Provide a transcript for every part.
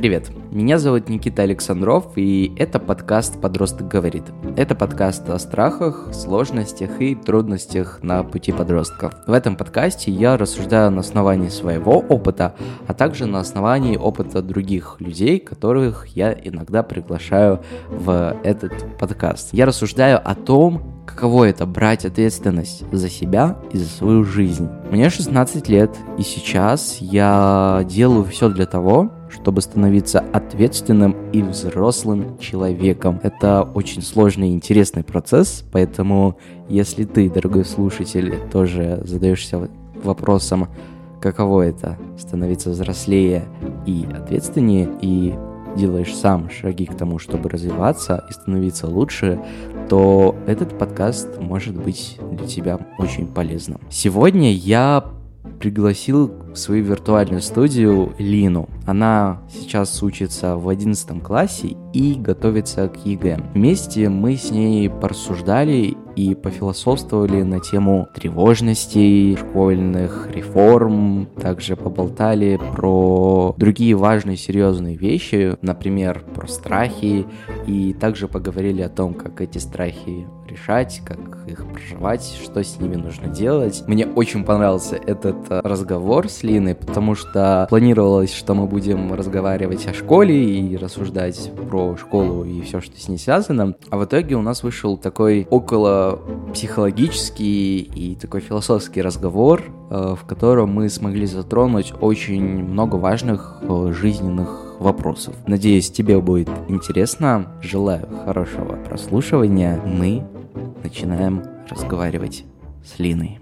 Привет, меня зовут Никита Александров, и это подкаст «Подросток говорит». Это подкаст о страхах, сложностях и трудностях на пути подростков. В этом подкасте я рассуждаю на основании своего опыта, а также на основании опыта других людей, которых я иногда приглашаю в этот подкаст. Я рассуждаю о том, каково это брать ответственность за себя и за свою жизнь. Мне 16 лет, и сейчас я делаю все для того, чтобы становиться ответственным и взрослым человеком. Это очень сложный и интересный процесс, поэтому если ты, дорогой слушатель, тоже задаешься вопросом, каково это становиться взрослее и ответственнее, и делаешь сам шаги к тому, чтобы развиваться и становиться лучше, то этот подкаст может быть для тебя очень полезным. Сегодня я пригласил в свою виртуальную студию Лину. Она сейчас учится в 11 классе и готовится к ЕГЭ. Вместе мы с ней порассуждали и пофилософствовали на тему тревожности, школьных реформ, также поболтали про другие важные серьезные вещи, например, про страхи, и также поговорили о том, как эти страхи решать, как их проживать, что с ними нужно делать. Мне очень понравился этот разговор с Линой, потому что планировалось, что мы будем разговаривать о школе и рассуждать про школу и все, что с ней связано, а в итоге у нас вышел такой около психологический и такой философский разговор, в котором мы смогли затронуть очень много важных жизненных вопросов. Надеюсь, тебе будет интересно. Желаю хорошего прослушивания. Мы начинаем разговаривать с Линой.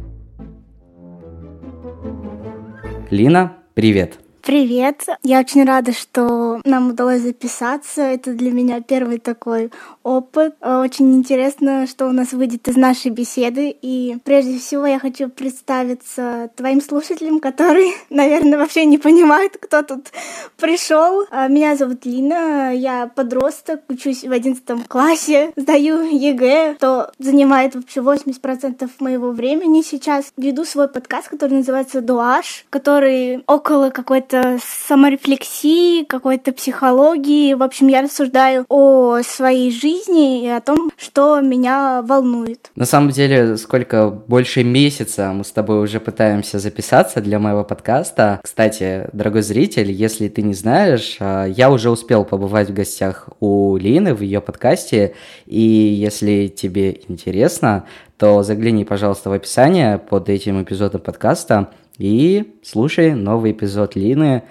Лина, привет! Привет! Я очень рада, что нам удалось записаться. Это для меня первый такой опыт. Очень интересно, что у нас выйдет из нашей беседы. И прежде всего я хочу представиться твоим слушателям, которые, наверное, вообще не понимают, кто тут пришел. Меня зовут Лина, я подросток, учусь в 11 классе, сдаю ЕГЭ, что занимает вообще 80% моего времени сейчас. Веду свой подкаст, который называется «Дуаш», который около какой-то саморефлексии, какой-то психологии. В общем, я рассуждаю о своей жизни и о том, что меня волнует. На самом деле, сколько больше месяца мы с тобой уже пытаемся записаться для моего подкаста. Кстати, дорогой зритель, если ты не знаешь, я уже успел побывать в гостях у Лины в ее подкасте, и если тебе интересно, то загляни, пожалуйста, в описание под этим эпизодом подкаста и слушай новый эпизод Лины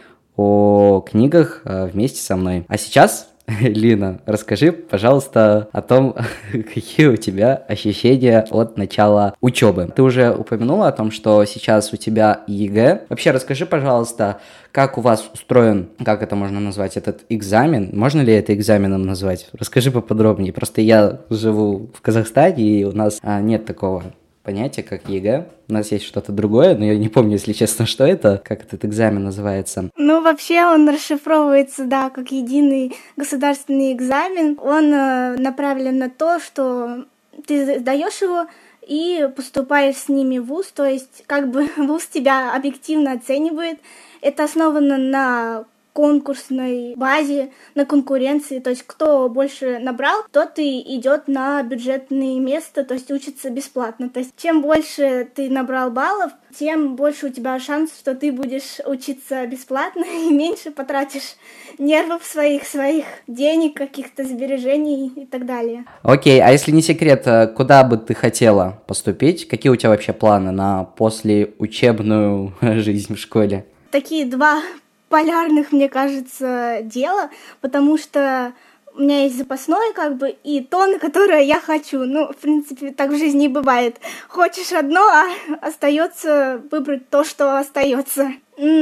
о книгах вместе со мной. А сейчас, Лина, расскажи, пожалуйста, о том, какие у тебя ощущения от начала учебы. Ты уже упомянула о том, что сейчас у тебя ЕГЭ. Вообще, расскажи, пожалуйста, как у вас устроен, как это можно назвать, этот экзамен? Можно ли это экзаменом назвать? Расскажи поподробнее. Просто я живу в Казахстане, и у нас нет такого понятие, как ЕГЭ. У нас есть что-то другое, но я не помню, если честно, что это, как этот экзамен называется. Ну, вообще он расшифровывается, да, как единый государственный экзамен. Он направлен на то, что ты сдаешь его и поступаешь с ними в вуз, то есть как бы вуз тебя объективно оценивает. Это основано на конкурсной базе, на конкуренции, то есть кто больше набрал, тот и идет на бюджетное место, то есть учится бесплатно. То есть чем больше ты набрал баллов, тем больше у тебя шансов, что ты будешь учиться бесплатно и меньше потратишь нервов своих денег, каких-то сбережений и так далее. Окей, а если не секрет, куда бы ты хотела поступить? Какие у тебя вообще планы на послеучебную жизнь в школе? Такие два полярных, мне кажется, дела, потому что у меня есть запасное, и то, на которое я хочу. Ну, в принципе, так в жизни и бывает. Хочешь одно, а остается выбрать то, что остается.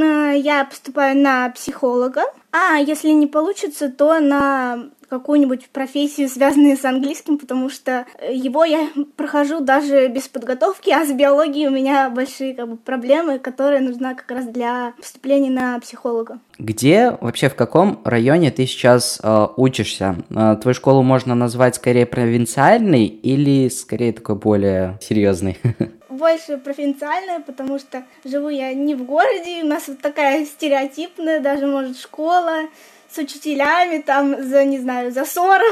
Я поступаю на психолога, а если не получится, то на какую-нибудь профессию, связанную с английским, потому что его я прохожу даже без подготовки, а с биологией у меня большие проблемы, которые нужна как раз для поступления на психолога. Где, вообще в каком районе ты сейчас учишься? Твою школу можно назвать скорее провинциальной или скорее такой более серьезной? больше провинциальная, потому что живу я не в городе, у нас вот такая стереотипная, даже, может, школа с учителями, там, за 40,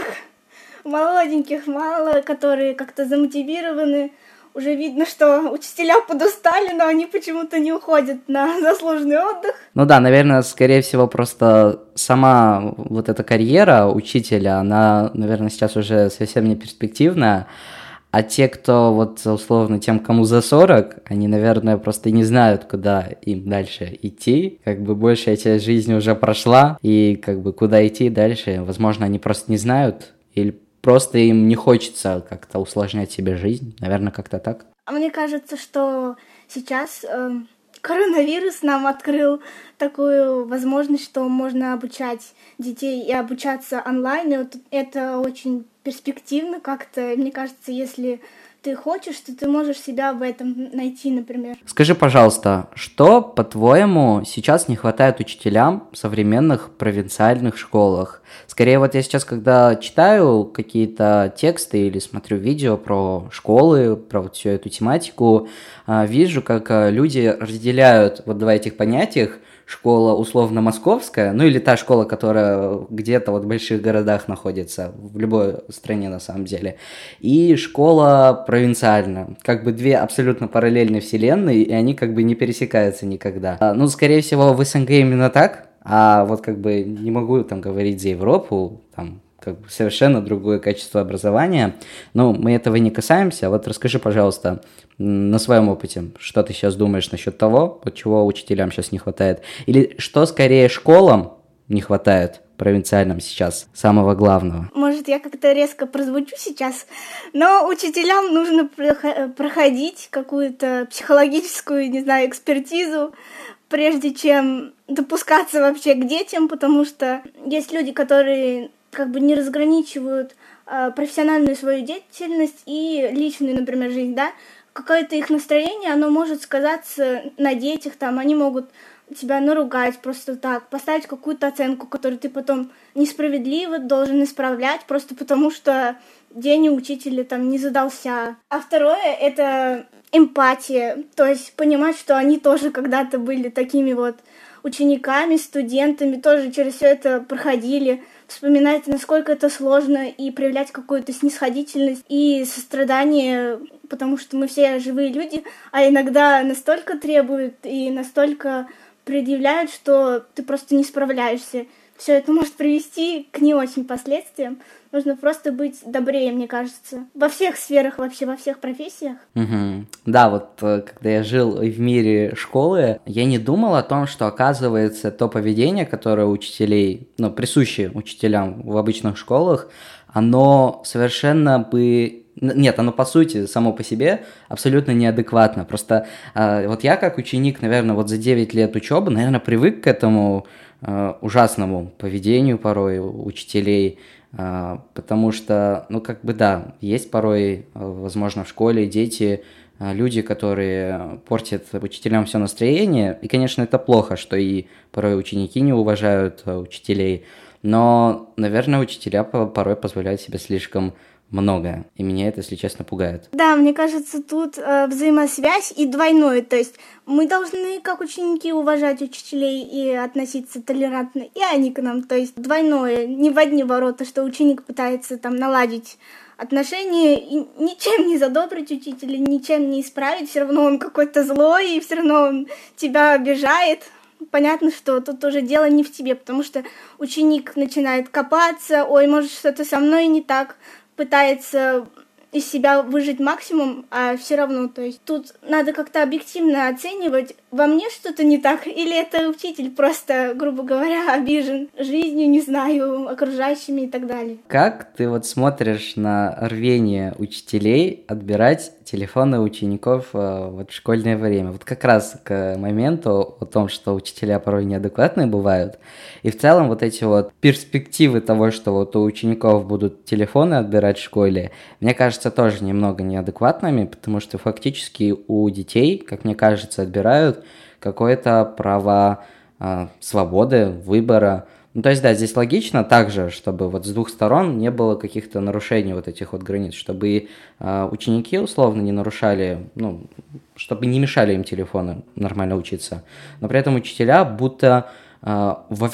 молоденьких мало, которые как-то замотивированы. Уже видно, что учителя подустали, но они почему-то не уходят на заслуженный отдых. Ну да, наверное, скорее всего, просто сама вот эта карьера учителя, она, наверное, сейчас уже совсем не перспективная, а те, кто вот условно тем, кому за 40, они, наверное, просто не знают, куда им дальше идти, как бы большая часть жизни уже прошла, и как бы куда идти дальше, возможно, они просто не знают, или просто им не хочется как-то усложнять себе жизнь, наверное, как-то так. А мне кажется, что сейчас коронавирус нам открыл такую возможность, что можно обучать детей и обучаться онлайн. И вот это очень перспективно как-то. Мне кажется, если ты хочешь, то ты можешь себя в этом найти, например. Скажи, пожалуйста, что, по-твоему, сейчас не хватает учителям в современных провинциальных школах? Скорее, вот я сейчас, когда читаю какие-то тексты или смотрю видео про школы, про вот всю эту тематику, вижу, как люди разделяют вот два этих понятиях: школа условно московская, ну или та школа, которая где-то вот в больших городах находится, в любой стране на самом деле, и школа провинциальная. Как бы две абсолютно параллельные вселенные, и они как бы не пересекаются никогда. Ну, скорее всего, в СНГ именно так, а вот как бы не могу там говорить за Европу, там как бы совершенно другое качество образования. Но мы этого не касаемся. Вот расскажи, пожалуйста, на своем опыте, что ты сейчас думаешь насчет того, вот чего учителям сейчас не хватает? Или что скорее школам не хватает провинциальным сейчас, самого главного? Может, я как-то резко прозвучу сейчас, но учителям нужно проходить какую-то психологическую, не знаю, экспертизу, прежде чем допускаться вообще к детям, потому что есть люди, которые как бы не разграничивают профессиональную свою деятельность и личную, например, жизнь, да, какое-то их настроение, оно может сказаться на детях, там, они могут тебя наругать просто так, поставить какую-то оценку, которую ты потом несправедливо должен исправлять, просто потому что день у учителя там не задался. А второе — это эмпатия, то есть понимать, что они тоже когда-то были такими вот учениками, студентами, тоже через все это проходили, вспоминать, насколько это сложно, и проявлять какую-то снисходительность и сострадание, потому что мы все живые люди, а иногда настолько требуют и настолько предъявляют, что ты просто не справляешься. Все это может привести к не очень последствиям. Нужно просто быть добрее, мне кажется. Во всех сферах, вообще во всех профессиях. Угу. Да, вот когда я жил в мире школы, я не думал о том, что, оказывается, то поведение, которое у учителей, ну, присуще учителям в обычных школах, оно совершенно бы... Нет, оно по сути, само по себе, абсолютно неадекватно. Просто вот я как ученик, наверное, вот за 9 лет учебы, наверное, привык к этому ужасному поведению порой учителей, потому что, ну, как бы, да, есть порой, возможно, в школе дети, люди, которые портят учителям все настроение, и, конечно, это плохо, что и порой ученики не уважают учителей, но, наверное, учителя порой позволяют себе слишком многое, и меня это, если честно, пугает. Да, мне кажется, тут взаимосвязь и двойное, то есть мы должны, как ученики, уважать учителей и относиться толерантно, и они к нам, то есть двойное, не в одни ворота, что ученик пытается там наладить отношения и ничем не задобрить учителя, ничем не исправить, все равно он какой-то злой, и все равно он тебя обижает. Понятно, что тут уже дело не в тебе, потому что ученик начинает копаться, ой, может, что-то со мной не так, пытается из себя выжить максимум, а все равно, то есть тут надо как-то объективно оценивать, во мне что-то не так, или это учитель просто, грубо говоря, обижен жизнью, не знаю, окружающими и так далее. Как ты вот смотришь на рвение учителей отбирать телефоны учеников вот в школьное время? Вот как раз к моменту о том, что учителя порой неадекватные бывают, и в целом вот эти вот перспективы того, что вот у учеников будут телефоны отбирать в школе, мне кажется, тоже немного неадекватными, потому что фактически у детей, как мне кажется, отбирают какое-то право свободы, выбора. Ну, то есть, да, здесь логично также, чтобы вот с двух сторон не было каких-то нарушений вот этих вот границ, чтобы ученики условно не нарушали, ну, чтобы не мешали им телефоны нормально учиться, но при этом учителя будто во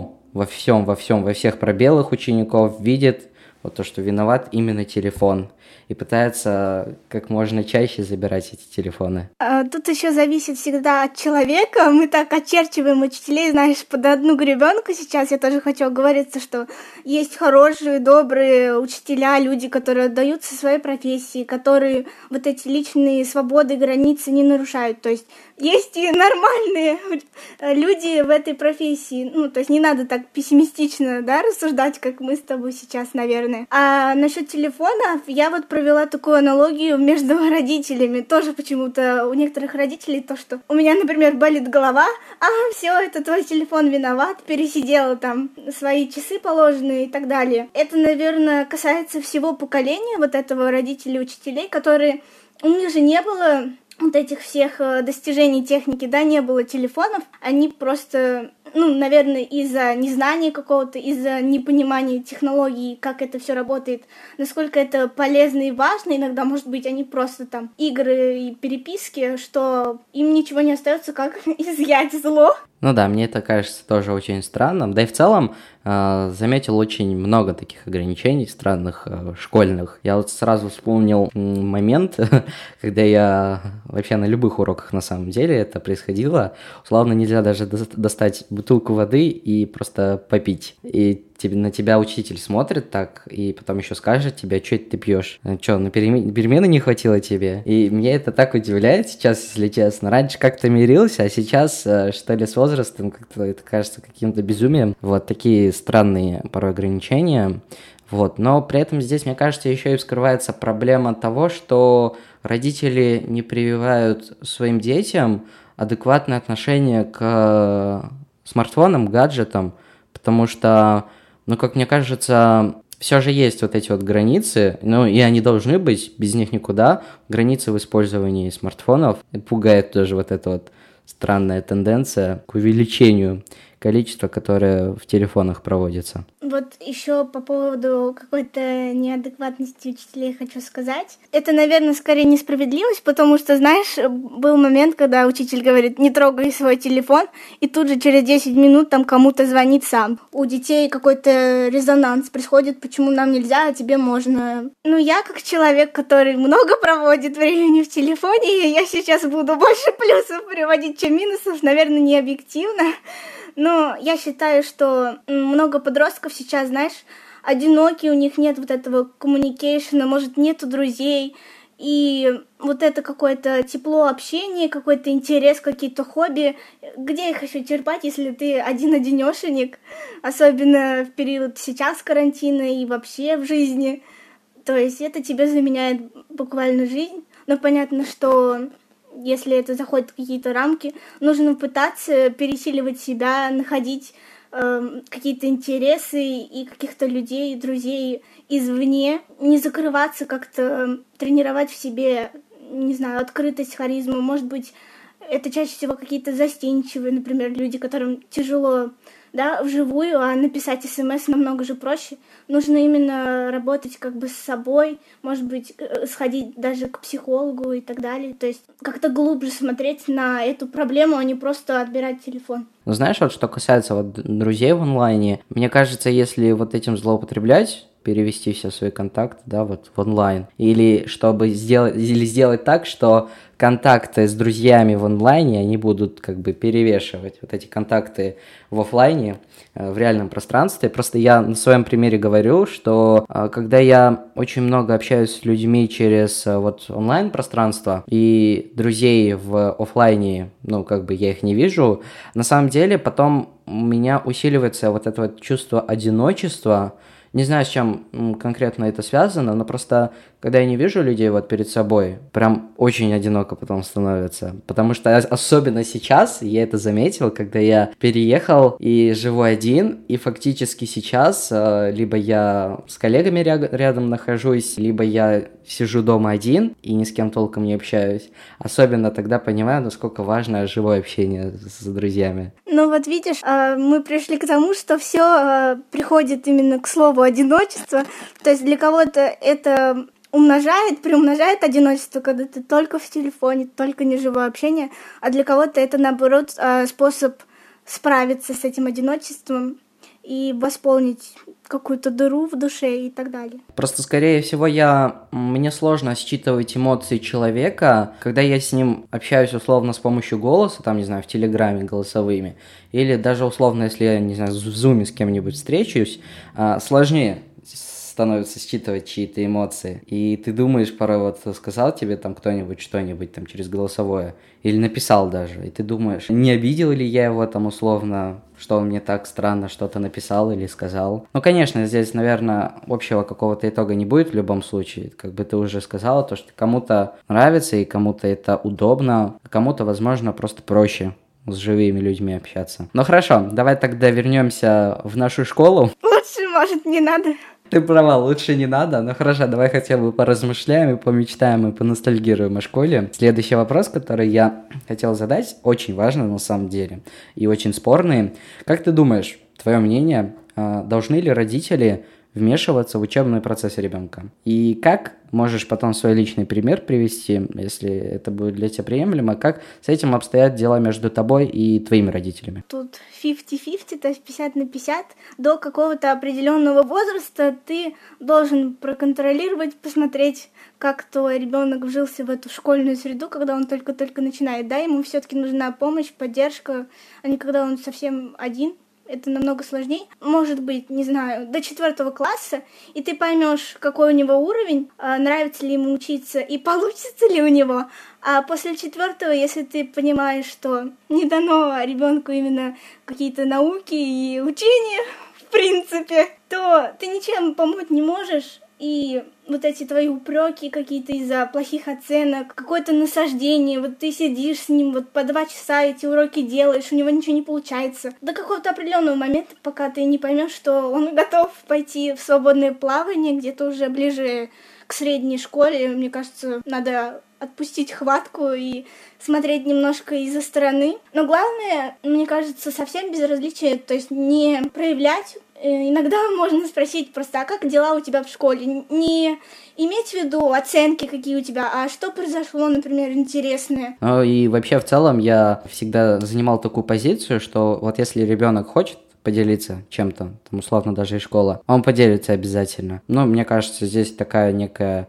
всех пробелах учеников видят вот то, что виноват именно телефон, и пытается как можно чаще забирать эти телефоны. Тут еще зависит всегда от человека. Мы так очерчиваем учителей, знаешь, под одну гребенку сейчас. Я тоже хочу оговориться, что есть хорошие, добрые учителя, люди, которые отдаются своей профессии, которые вот эти личные свободы, границы не нарушают. То есть есть и нормальные люди в этой профессии. Ну, то есть не надо так пессимистично, да, рассуждать, как мы с тобой сейчас, наверное. А насчет телефонов я вот провела такую аналогию между родителями. Тоже почему-то у некоторых родителей то, что у меня, например, болит голова, все, это твой телефон виноват, пересидела там свои часы положенные и так далее. Это, наверное, касается всего поколения вот этого родителей, учителей, которые... У них же не было вот этих всех достижений техники, да, не было телефонов, они просто, ну, наверное, из-за незнания какого-то, из-за непонимания технологий, как это все работает, насколько это полезно и важно, иногда, может быть, они просто там игры и переписки, что им ничего не остается, как изъять зло. Ну да, мне это кажется тоже очень странным. Да и в целом заметил очень много таких ограничений странных, школьных. Я вот сразу вспомнил момент, когда я вообще на любых уроках на самом деле это происходило. Условно нельзя даже достать бутылку воды и просто попить. И на тебя учитель смотрит так, и потом еще скажет тебе, что это ты пьешь? Что, на перемены не хватило тебе? И мне это так удивляет сейчас, если честно. Раньше как-то мирился, а сейчас, что ли, с возрастом как-то это кажется каким-то безумием. Вот такие странные порой ограничения. Вот. Но при этом здесь, мне кажется, еще и вскрывается проблема того, что родители не прививают своим детям адекватное отношение к смартфонам, гаджетам, потому что, ну, как мне кажется, все же есть вот эти вот границы, ну, и они должны быть, без них никуда, границы в использовании смартфонов. И пугает тоже вот эта вот странная тенденция к увеличению количества, которое в телефонах проводится. Вот еще по поводу какой-то неадекватности учителей хочу сказать. Это, наверное, скорее несправедливость, потому что, знаешь, был момент, когда учитель говорит, не трогай свой телефон, и тут же через 10 минут там кому-то звонит сам. У детей какой-то резонанс происходит, почему нам нельзя, а тебе можно. Ну, я как человек, который много проводит времени в телефоне, я сейчас буду больше плюсов приводить, чем минусов, наверное, не объективно. Но я считаю, что много подростков сейчас, знаешь, одиноки, у них нет вот этого коммуникейшена, может, нету друзей, и вот это какое-то тепло общения, какой-то интерес, какие-то хобби, где их еще черпать, если ты один-одинешенек, особенно в период сейчас карантина и вообще в жизни. То есть это тебе заменяет буквально жизнь, но понятно, что... Если это заходит в какие-то рамки, нужно пытаться пересиливать себя, находить какие-то интересы и каких-то людей, друзей извне, не закрываться как-то, тренировать в себе, не знаю, открытость, харизму. Может быть, это чаще всего какие-то застенчивые, например, люди, которым тяжело, да, вживую, а написать смс намного же проще. Нужно именно работать как бы с собой, может быть, сходить даже к психологу и так далее. То есть как-то глубже смотреть на эту проблему, а не просто отбирать телефон. Ну, знаешь, вот что касается вот друзей в онлайне, мне кажется, если вот этим злоупотреблять, перевести все свои контакты, да, вот в онлайн, или сделать так, что контакты с друзьями в онлайне, они будут как бы перевешивать вот эти контакты в офлайне, в реальном пространстве. Просто я на своем примере говорю, что когда я очень много общаюсь с людьми через вот онлайн-пространство и друзей в офлайне, ну, как бы я их не вижу, на самом деле потом у меня усиливается вот это вот чувство одиночества. Не знаю, с чем конкретно это связано, но просто, когда я не вижу людей вот перед собой, прям очень одиноко потом становится. Потому что особенно сейчас, я это заметил, когда я переехал и живу один, и фактически сейчас либо я с коллегами рядом нахожусь, либо я сижу дома один и ни с кем толком не общаюсь. Особенно тогда понимаю, насколько важно живое общение с друзьями. Ну вот видишь, мы пришли к тому, что все приходит именно к слову одиночество. То есть для кого-то это приумножает одиночество, когда ты только в телефоне, только неживое общение, а для кого-то это, наоборот, способ справиться с этим одиночеством и восполнить какую-то дыру в душе и так далее. Просто, скорее всего, мне сложно считывать эмоции человека, когда я с ним общаюсь условно с помощью голоса, там, не знаю, в Телеграме голосовыми, или даже условно, если я, не знаю, в Зуме с кем-нибудь встречусь, сложнее становится считывать чьи-то эмоции. И ты думаешь, порой вот сказал тебе там кто-нибудь что-нибудь там через голосовое, или написал даже, и ты думаешь, не обидел ли я его там условно, что он мне так странно что-то написал или сказал. Ну, конечно, здесь, наверное, общего какого-то итога не будет в любом случае. Как бы ты уже сказала, то, что кому-то нравится и кому-то это удобно, а кому-то, возможно, просто проще с живыми людьми общаться. Ну хорошо, давай тогда вернемся в нашу школу. Лучше, может, не надо. Ты права, лучше не надо. Ну хорошо, давай хотя бы поразмышляем и помечтаем и поностальгируем о школе. Следующий вопрос, который я хотел задать, очень важный на самом деле и очень спорный. Как ты думаешь, твое мнение, должны ли родители вмешиваться в учебный процесс ребенка? И как можешь потом свой личный пример привести, если это будет для тебя приемлемо, как с этим обстоят дела между тобой и твоими родителями? Тут 50-50, то есть 50/50. До какого-то определенного возраста ты должен проконтролировать, посмотреть, как твой ребенок вжился в эту школьную среду, когда он только-только начинает. Да, ему все-таки нужна помощь, поддержка, а не когда он совсем один. Это намного сложнее. Может быть, не знаю, до 4 класса, и ты поймешь, какой у него уровень, нравится ли ему учиться и получится ли у него. А после 4, если ты понимаешь, что не дано ребенку именно какие-то науки и учения, в принципе, то ты ничем помочь не можешь. И вот эти твои упреки какие-то из-за плохих оценок, какое-то насаждение, вот ты сидишь с ним вот по 2 часа эти уроки делаешь, у него ничего не получается. До какого-то определенного момента, пока ты не поймешь, что он готов пойти в свободное плавание, где-то уже ближе к средней школе, мне кажется, надо отпустить хватку и смотреть немножко из-за стороны. Но главное, мне кажется, совсем безразличие, то есть не проявлять. Иногда можно спросить просто, а как дела у тебя в школе? Не иметь в виду оценки, какие у тебя, а что произошло, например, интересное. Ну и вообще в целом я всегда занимал такую позицию, что вот если ребенок хочет поделиться чем-то, там условно даже и школа, он поделится обязательно. Но мне кажется, здесь такая некое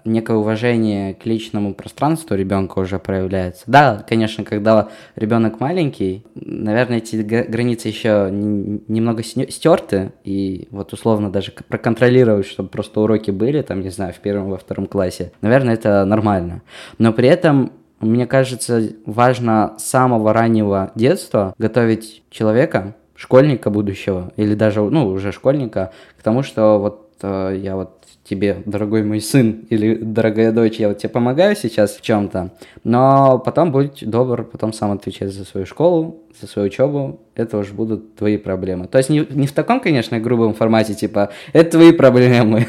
уважение к личному пространству ребенка уже проявляется. Да, конечно, когда ребенок маленький, наверное, эти границы еще немного стерты, и вот условно даже проконтролировать, чтобы просто уроки были, там, не знаю, в 1, во 2 классе, наверное, это нормально. Но при этом мне кажется, важно с самого раннего детства готовить человека, школьника будущего, или даже, уже школьника, к тому, что вот я вот тебе, дорогой мой сын или дорогая дочь, я вот тебе помогаю сейчас в чем-то, но потом будь добр, потом сам отвечай за свою школу, за свою учебу, это уж будут твои проблемы. То есть не в таком, конечно, грубом формате, типа, это твои проблемы,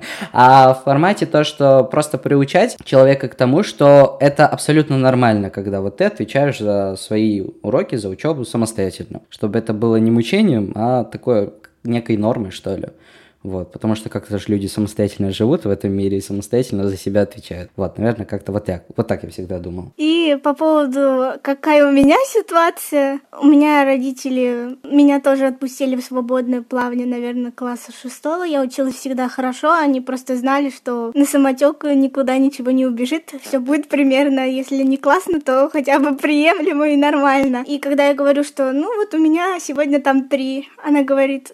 а в формате то, что просто приучать человека к тому, что это абсолютно нормально, когда вот ты отвечаешь за свои уроки, за учебу самостоятельно, чтобы это было не мучением, а такой некой нормой, что ли. Вот, потому что как-то же люди самостоятельно живут в этом мире и самостоятельно за себя отвечают. Вот, наверное, как-то вот так я всегда думал. И по поводу, какая у меня ситуация, у меня родители меня тоже отпустили в свободное плавание, наверное, класса 6. Я училась всегда хорошо, они просто знали, что на самотек никуда ничего не убежит, все будет примерно, если не классно, то хотя бы приемлемо и нормально. И когда я говорю, что, вот у меня сегодня там 3, она говорит,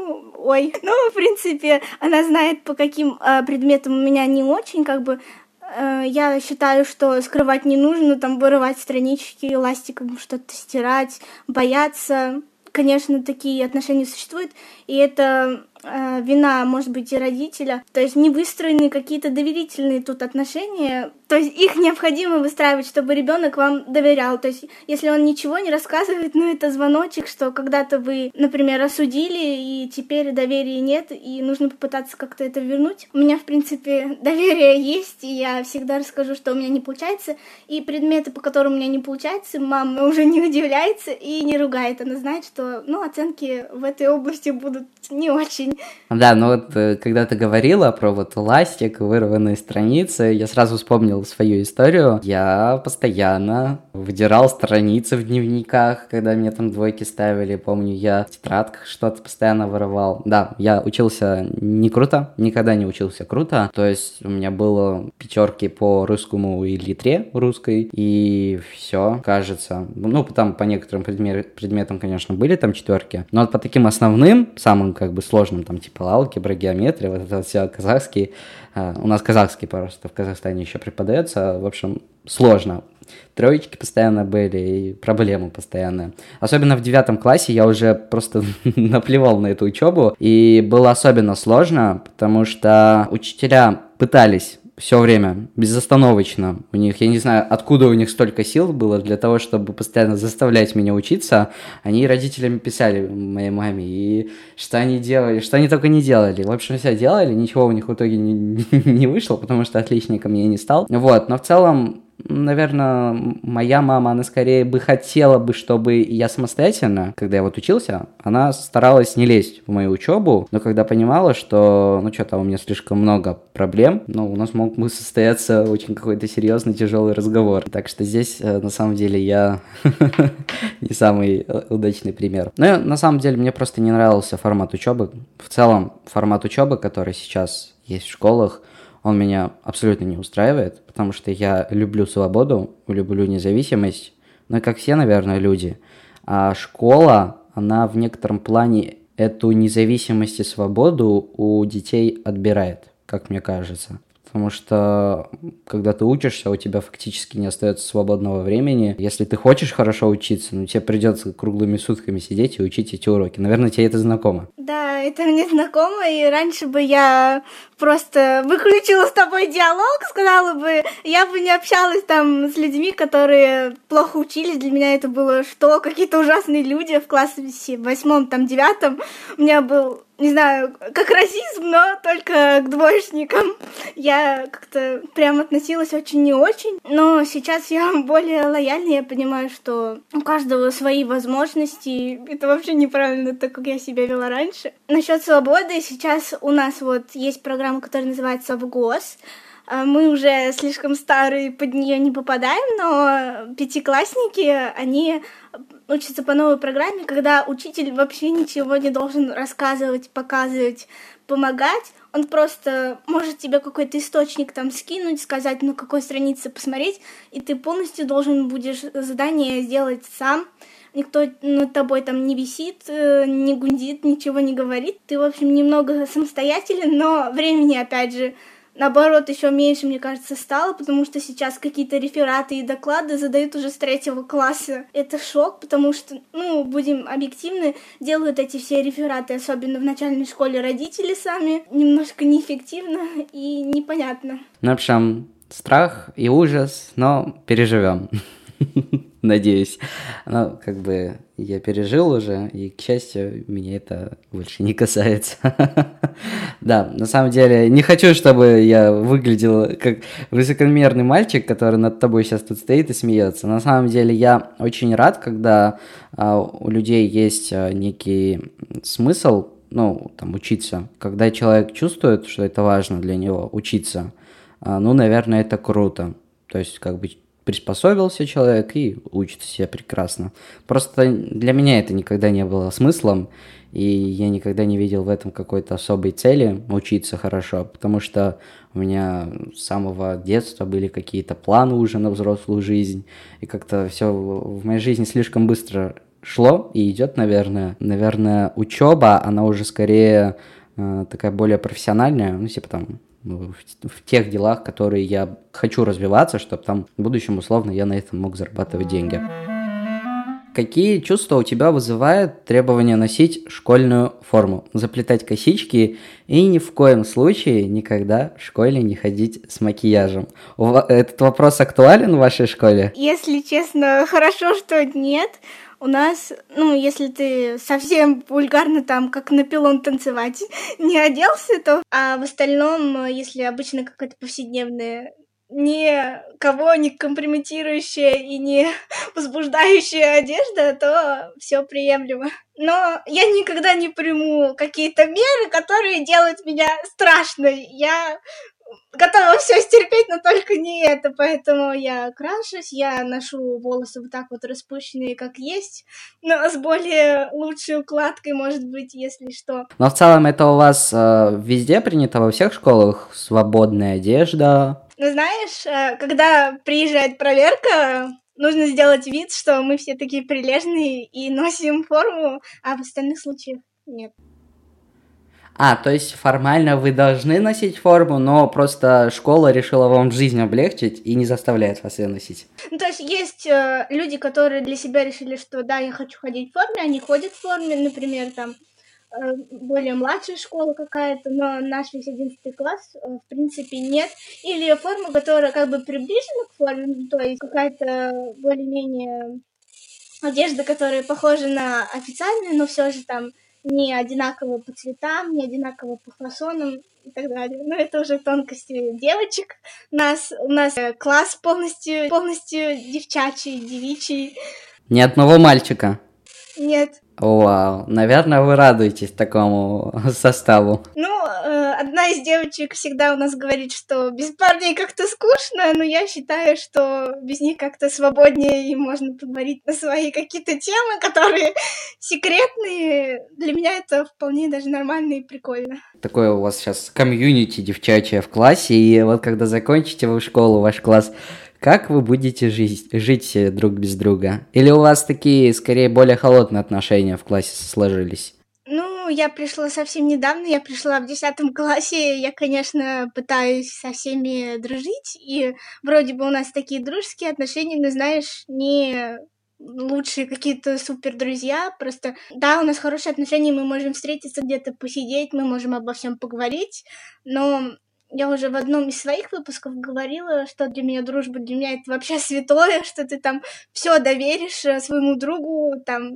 в принципе, она знает, по каким предметам у меня не очень, я считаю, что скрывать не нужно, там, вырывать странички, ластиком что-то стирать, бояться. Конечно, такие отношения существуют, и это вина, может быть, и родителя. То есть не выстроены какие-то доверительные тут отношения. То есть их необходимо выстраивать, чтобы ребенок вам доверял. То есть если он ничего не рассказывает, ну это звоночек, что когда-то вы, например, осудили, и теперь доверия нет, и нужно попытаться как-то это вернуть. У меня, в принципе, доверие есть, и я всегда расскажу, что у меня не получается. И предметы, по которым у меня не получается, мама уже не удивляется и не ругает. Она знает, что, оценки в этой области будут не очень. Да, когда ты говорила про ластик, вырванные страницы, я сразу вспомнил свою историю. Я постоянно выдирал страницы в дневниках, когда мне там двойки ставили. Помню, я в тетрадках что-то постоянно вырывал. Да, я учился не круто, никогда не учился круто. То есть у меня было 5 по русскому и литре русской, и все, кажется. Там по некоторым предметам, конечно, были там 4, но по таким основным, самым сложным, типа алгебра, геометрия, это все казахский. У нас казахский просто в Казахстане еще преподается. В общем, сложно. 3 постоянно были и проблемы постоянные. Особенно в 9 классе я уже просто наплевал на эту учебу. И было особенно сложно, потому что учителя пытались все время, безостановочно. У них, я не знаю, откуда у них столько сил было для того, чтобы постоянно заставлять меня учиться. Они родителям писали, моей маме, и что они делали, что они только не делали. В общем, все делали, ничего у них в итоге не вышло, потому что отличником я не стал. Но в целом, наверное, моя мама, она скорее бы хотела бы, чтобы я самостоятельно, когда я учился, она старалась не лезть в мою учебу, но когда понимала, что, что-то у меня слишком много проблем, у нас мог бы состояться очень какой-то серьезный, тяжелый разговор. Так что здесь, на самом деле, я не самый удачный пример. Но, на самом деле, мне просто не нравился формат учебы. В целом, формат учебы, который сейчас есть в школах, он меня абсолютно не устраивает, потому что я люблю свободу, люблю независимость, как все, наверное, люди. А школа, она в некотором плане эту независимость и свободу у детей отбирает, как мне кажется. Потому что, когда ты учишься, у тебя фактически не остается свободного времени. Если ты хочешь хорошо учиться, тебе придется круглыми сутками сидеть и учить эти уроки. Наверное, тебе это знакомо. Да, это мне знакомо, и раньше бы я просто выключила с тобой диалог, сказала бы, я бы не общалась там с людьми, которые плохо учились. Для меня это было что? Какие-то ужасные люди в классе 8, 9. У меня был, не знаю, как расизм, но только к двоечникам. Я как-то прям относилась очень не очень. Но сейчас я более лояльна, я понимаю, что у каждого свои возможности. Это вообще неправильно, так как я себя вела раньше. Насчет свободы, сейчас у нас есть программа, которая называется «ВГОС». Мы уже слишком старые, под нее не попадаем, но 5-классники, они учатся по новой программе, когда учитель вообще ничего не должен рассказывать, показывать, помогать. Он просто может тебе какой-то источник там скинуть, сказать, на какой странице посмотреть, и ты полностью должен будешь задание сделать сам. Никто над тобой там не висит, не гундит, ничего не говорит. Ты, в общем, немного самостоятелен, но времени, опять же, наоборот, еще меньше, мне кажется, стало, потому что сейчас какие-то рефераты и доклады задают уже с 3 класса. Это шок, потому что, будем объективны, делают эти все рефераты, особенно в начальной школе, родители сами, немножко неэффективно и непонятно. В общем, страх и ужас, но переживем. Надеюсь. Я пережил уже, и, к счастью, меня это больше не касается. Да, на самом деле, не хочу, чтобы я выглядел как высокомерный мальчик, который над тобой сейчас тут стоит и смеется. На самом деле, я очень рад, когда у людей есть некий смысл, учиться. Когда человек чувствует, что это важно для него, учиться, наверное, это круто. То есть, приспособился человек и учится себя прекрасно. Просто для меня это никогда не было смыслом, и я никогда не видел в этом какой-то особой цели учиться хорошо, потому что у меня с самого детства были какие-то планы уже на взрослую жизнь, и как-то все в моей жизни слишком быстро шло и идет, наверное. Наверное, учеба, она уже скорее такая более профессиональная, в тех делах, которые я хочу развиваться, чтобы там в будущем, условно, я на этом мог зарабатывать деньги. Какие чувства у тебя вызывает требование носить школьную форму, заплетать косички и ни в коем случае никогда в школе не ходить с макияжем? Этот вопрос актуален в вашей школе? Если честно, хорошо, что нет. У нас, если ты совсем вульгарно там, как на пилон танцевать, не оделся, то... А в остальном, если обычно какая-то повседневная, никого не компрометирующая и не возбуждающая одежда, то все приемлемо. Но я никогда не приму какие-то меры, которые делают меня страшной. Я готова все стерпеть, но только не это, поэтому я крашусь, я ношу волосы вот так вот распущенные, как есть, но с более лучшей укладкой, может быть, если что. Но в целом это у вас везде принято, во всех школах? Свободная одежда? Ну, знаешь, когда приезжает проверка, нужно сделать вид, что мы все такие прилежные и носим форму, а в остальных случаях нет. То есть формально вы должны носить форму, но просто школа решила вам жизнь облегчить и не заставляет вас ее носить. Ну, то есть люди, которые для себя решили, что да, я хочу ходить в форме, они ходят в форме, например, там, более младшая школа какая-то, но наш весь 11 класс, в принципе, нет. Или форма, которая как бы приближена к форме, то есть какая-то более-менее одежда, которая похожа на официальную, но все же там не одинаково по цветам, не одинаково по фасонам и так далее. Но это уже тонкости девочек. У нас класс полностью девчачий, девичий. Ни одного мальчика? Нет. Вау, наверное, вы радуетесь такому составу. Одна из девочек всегда у нас говорит, что без парней как-то скучно, но я считаю, что без них как-то свободнее, и можно поговорить на свои какие-то темы, которые секретные. Для меня это вполне даже нормально и прикольно. Такое у вас сейчас комьюнити девчачье в классе, и вот когда закончите вы школу, ваш класс, как вы будете жить друг без друга? Или у вас такие, скорее, более холодные отношения в классе сложились? Я пришла совсем недавно, я пришла в 10 классе, я, конечно, пытаюсь со всеми дружить, и вроде бы у нас такие дружеские отношения, но, знаешь, не лучшие какие-то супер друзья, просто, да, у нас хорошие отношения, мы можем встретиться где-то, посидеть, мы можем обо всем поговорить, но я уже в одном из своих выпусков говорила, что для меня дружба, для меня это вообще святое, что ты там все доверишь своему другу, там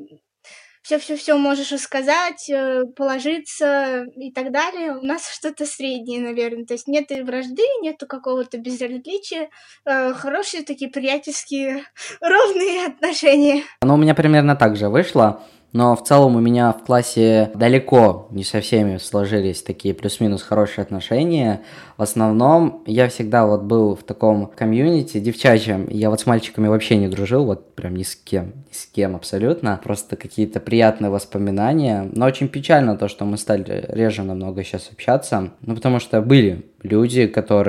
все можешь рассказать, положиться и так далее. У нас что-то среднее, наверное. То есть нет и вражды, нету какого-то безразличия. Хорошие такие приятельские, ровные отношения. У меня примерно так же вышло. Но в целом у меня в классе далеко не со всеми сложились такие плюс-минус хорошие отношения. В основном я всегда вот был в таком комьюнити девчачьем. Я вот с мальчиками вообще не дружил, вот прям ни с кем абсолютно. Просто какие-то приятные воспоминания. Но очень печально то, что мы стали реже намного сейчас общаться. Потому что были люди,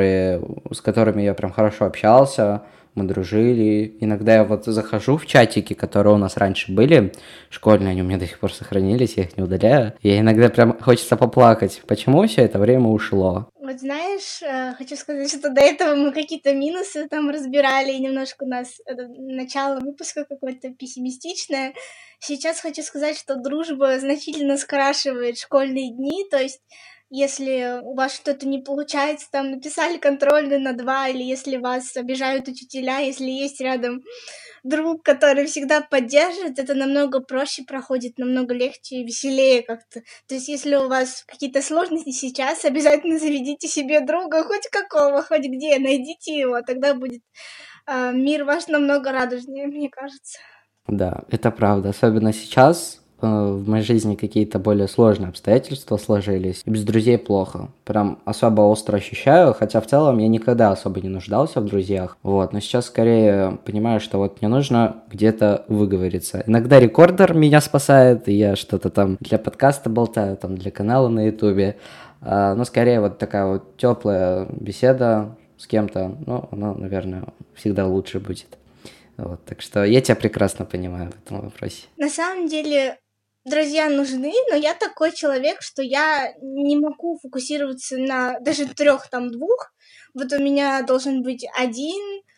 с которыми я прям хорошо общался. Мы дружили. Иногда я вот захожу в чатики, которые у нас раньше были, школьные, они у меня до сих пор сохранились, я их не удаляю. И иногда прям хочется поплакать, почему все это время ушло. Вот знаешь, хочу сказать, что до этого мы какие-то минусы там разбирали, и немножко у нас начало выпуска какое-то пессимистичное. Сейчас хочу сказать, что дружба значительно скрашивает школьные дни, то есть если у вас что-то не получается, там написали контрольную на 2, или если вас обижают учителя, если есть рядом друг, который всегда поддержит, это намного проще проходит, намного легче и веселее как-то. То есть если у вас какие-то сложности сейчас, обязательно заведите себе друга, хоть какого, хоть где, найдите его, тогда будет мир ваш намного радужнее, мне кажется. Да, это правда, особенно сейчас. В моей жизни какие-то более сложные обстоятельства сложились. И без друзей плохо. Прям особо остро ощущаю, хотя в целом я никогда особо не нуждался в друзьях. Вот, но сейчас скорее понимаю, что вот мне нужно где-то выговориться. Иногда рекордер меня спасает, и я что-то там для подкаста болтаю, там для канала на ютубе. Но скорее вот такая вот теплая беседа с кем-то, она, наверное, всегда лучше будет. Вот, так что я тебя прекрасно понимаю в этом вопросе. На самом деле, друзья нужны, но я такой человек, что я не могу фокусироваться на даже 3, 2. Вот у меня должен быть один,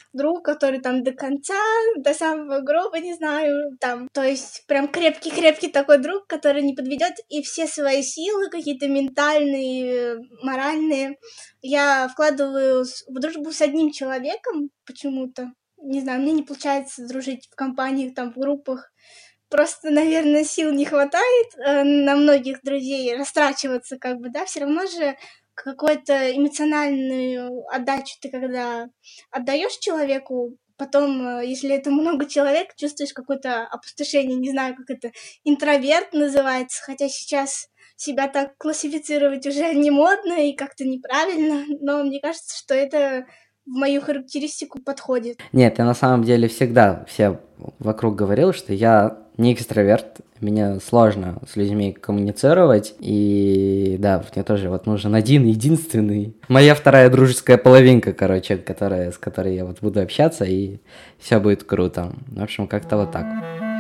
друг, который там до конца, до самого гроба, не знаю, там, то есть прям крепкий-крепкий такой друг, который не подведет, и все свои силы какие-то ментальные, моральные я вкладываю в дружбу с одним человеком почему-то. Не знаю, мне не получается дружить в компаниях, там, в группах. Просто, наверное, сил не хватает на многих друзей растрачиваться, как бы, да, все равно же какую-то эмоциональную отдачу ты когда отдаешь человеку, потом, если это много человек, чувствуешь какое-то опустошение, не знаю, как это, интроверт называется, хотя сейчас себя так классифицировать уже не модно и как-то неправильно, но мне кажется, что это в мою характеристику подходит. Нет, я на самом деле всегда все вокруг говорил, что я не экстраверт, мне сложно с людьми коммуницировать, и да, мне тоже вот нужен один, единственный. Моя вторая дружеская половинка, короче, с которой я вот буду общаться, и все будет круто. В общем, как-то вот так.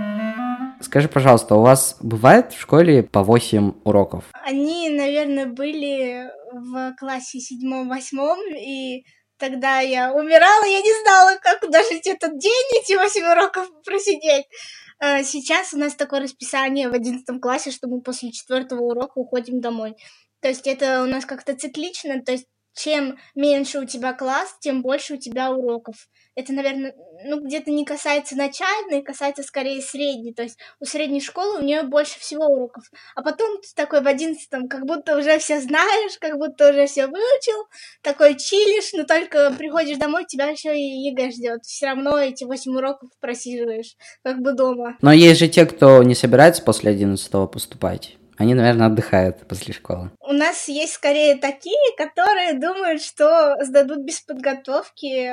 Скажи, пожалуйста, у вас бывает в школе по 8 уроков? Они, наверное, были в классе 7-8, и тогда я умирала, я не знала, как дожить этот день, эти 8 уроков просидеть. Сейчас у нас такое расписание в 11 классе, что мы после 4-го урока уходим домой. То есть это у нас как-то циклично, то есть чем меньше у тебя класс, тем больше у тебя уроков. Это, наверное, где-то не касается начальной, касается скорее средней. То есть у средней школы у нее больше всего уроков. А потом ты такой в 11-м, как будто уже все знаешь, как будто уже все выучил, такой чилишь, но только приходишь домой, тебя еще и ЕГЭ ждет. Все равно эти 8 уроков просиживаешь, как бы дома. Но есть же те, кто не собирается после 11-го поступать. Они, наверное, отдыхают после школы. У нас есть скорее такие, которые думают, что сдадут без подготовки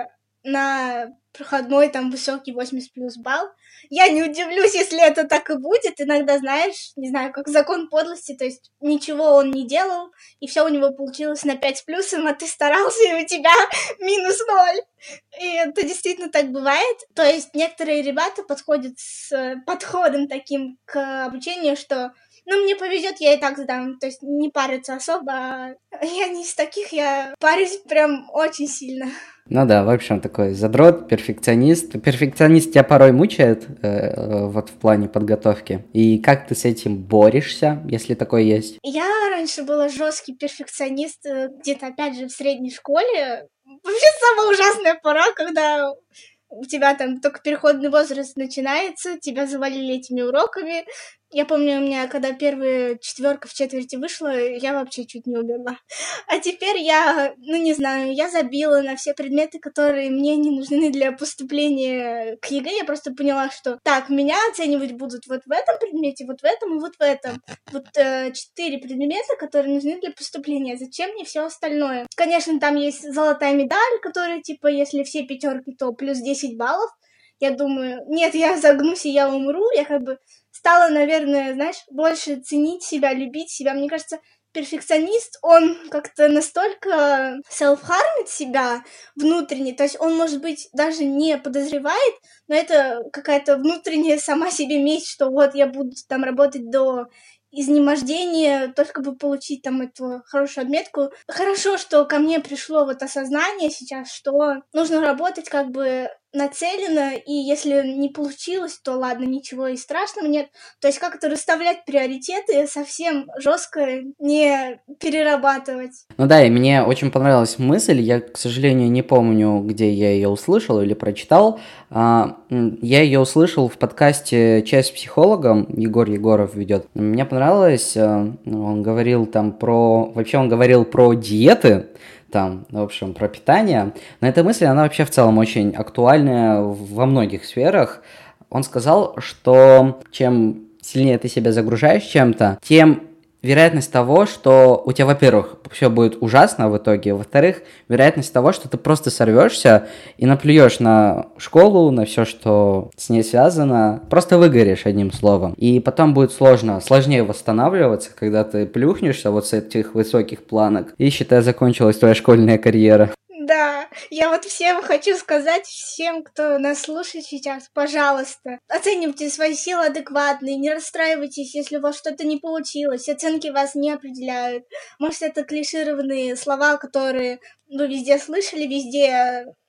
на проходной там высокий 80 плюс балл. Я не удивлюсь, если это так и будет. Иногда, знаешь, не знаю, как закон подлости, то есть ничего он не делал, и все у него получилось на 5 с плюсом, а ты старался, и у тебя минус 0. И это действительно так бывает. То есть некоторые ребята подходят с подходом таким к обучению, что мне повезет, я и так сдам. То есть не париться особо. Я не из таких, я парюсь прям очень сильно. Ну да, в общем, такой задрот, перфекционист. Перфекционист тебя порой мучает вот в плане подготовки. И как ты с этим борешься, если такое есть? Я раньше была жесткий перфекционист, где-то опять же в средней школе. Вообще самая ужасная пора, когда у тебя там только переходный возраст начинается, тебя завалили этими уроками. Я помню, у меня, когда первая четверка в четверти вышла, я вообще чуть не умерла. А теперь я, не знаю, я забила на все предметы, которые мне не нужны для поступления к ЕГЭ. Я просто поняла, что так, меня оценивать будут вот в этом предмете, вот в этом и вот в этом. Вот 4 предмета, которые нужны для поступления. Зачем мне все остальное? Конечно, там есть золотая медаль, которая, типа, если все пятерки, то плюс 10 баллов. Я думаю, нет, я загнусь и я умру. Я как бы стала, наверное, знаешь, больше ценить себя, любить себя. Мне кажется, перфекционист, он как-то настолько self-harmит себя внутренне, то есть он, может быть, даже не подозревает, но это какая-то внутренняя сама себе месть, что вот я буду там работать до изнемождения, только бы получить там эту хорошую отметку. Хорошо, что ко мне пришло вот осознание сейчас, что нужно работать как бы нацеленно, и если не получилось, то ладно, ничего и страшного нет. То есть как-то расставлять приоритеты, совсем жестко не перерабатывать. Ну да, и мне очень понравилась мысль, я, к сожалению, не помню, где я ее услышал или прочитал. Я ее услышал в подкасте «Чай с психологом», Егор Егоров ведет. Мне понравилось, он говорил там вообще он говорил про диеты, там, в общем, про питание. Но эта мысль, она вообще в целом очень актуальная во многих сферах. Он сказал, что чем сильнее ты себя загружаешь чем-то, тем вероятность того, что у тебя, во-первых, все будет ужасно в итоге, во-вторых, вероятность того, что ты просто сорвешься и наплюешь на школу, на все, что с ней связано, просто выгоришь, одним словом. И потом будет сложнее восстанавливаться, когда ты плюхнешься вот с этих высоких планок, и, считай, закончилась твоя школьная карьера. Да, я вот всем хочу сказать, всем, кто нас слушает сейчас, пожалуйста, оценивайте свои силы адекватно, и не расстраивайтесь, если у вас что-то не получилось, оценки вас не определяют. Может, это клишированные слова, которые вы везде слышали, везде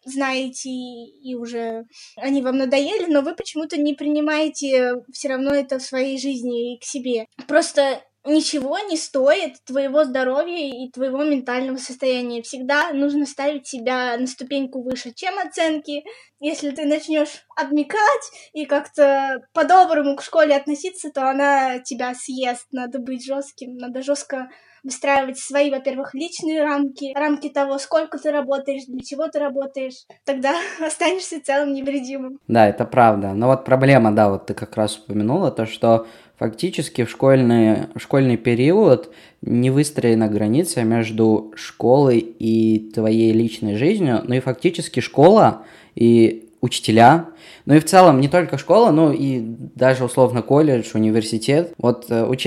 знаете, и уже они вам надоели, но вы почему-то не принимаете все равно это в своей жизни и к себе. Просто ничего не стоит твоего здоровья и твоего ментального состояния. Всегда нужно ставить себя на ступеньку выше, чем оценки. Если ты начнешь обмекать и как-то по-доброму к школе относиться, то она тебя съест. Надо быть жестким, надо жестко выстраивать свои, во-первых, личные рамки того, сколько ты работаешь, для чего ты работаешь, тогда останешься целым невредимым. Да, это правда. Но вот проблема, да, вот ты как раз упомянула, то, что фактически в школьный период не выстроена граница между школой и твоей личной жизнью, ну и фактически школа и учителя, ну и в целом не только школа, но и даже условно колледж, университет. Вот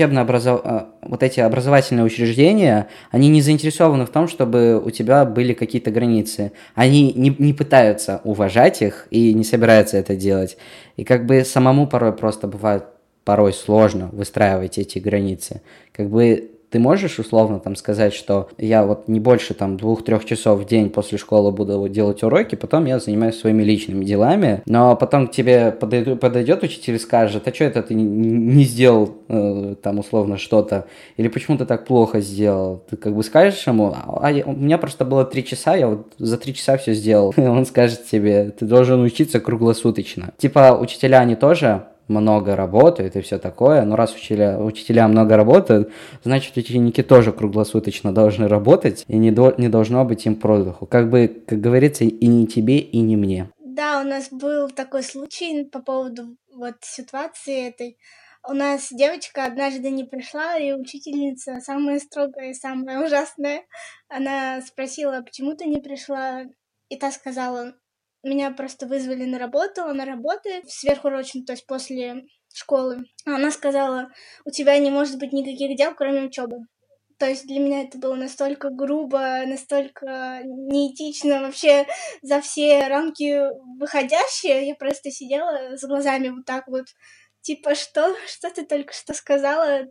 вот эти образовательные учреждения, они не заинтересованы в том, чтобы у тебя были какие-то границы. Они не пытаются уважать их и не собираются это делать. И как бы самому порой просто бывает порой сложно выстраивать эти границы. Как бы ты можешь условно там сказать, что я вот не больше там 2-3 часов в день после школы буду делать уроки, потом я занимаюсь своими личными делами, но потом к тебе подойдет учитель и скажет, а что это ты не сделал там условно что-то, или почему ты так плохо сделал? Ты как бы скажешь ему, у меня просто было 3 часа, я вот за 3 часа все сделал. И он скажет тебе, ты должен учиться круглосуточно. Типа учителя, они тоже много работают и все такое, но раз учителя много работают, значит, ученики тоже круглосуточно должны работать, и не должно быть им продыху. Как говорится, и не тебе, и не мне. Да, у нас был такой случай по поводу вот ситуации этой. У нас девочка однажды не пришла, и учительница, самая строгая и самая ужасная, она спросила, почему ты не пришла, и та сказала, меня просто вызвали на работу, она работает сверхурочно, то есть после школы. Она сказала, у тебя не может быть никаких дел, кроме учебы. То есть для меня это было настолько грубо, настолько неэтично, вообще за все рамки выходящее. Я просто сидела с глазами вот так вот, типа, что ты только что сказала?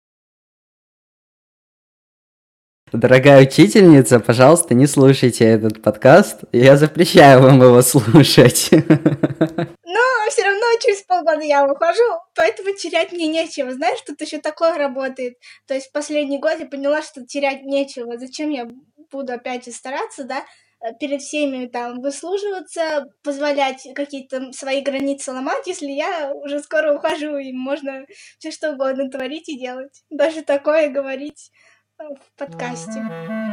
Дорогая учительница, пожалуйста, не слушайте этот подкаст. Я запрещаю вам его слушать. Но все равно через полгода я ухожу, поэтому терять мне нечего. Знаешь, тут еще такое работает. То есть в последний год я поняла, что терять нечего. Зачем я буду опять же стараться, да, перед всеми там выслуживаться, позволять какие-то свои границы ломать, если я уже скоро ухожу, и можно все что угодно творить и делать. Даже такое говорить в подкасте.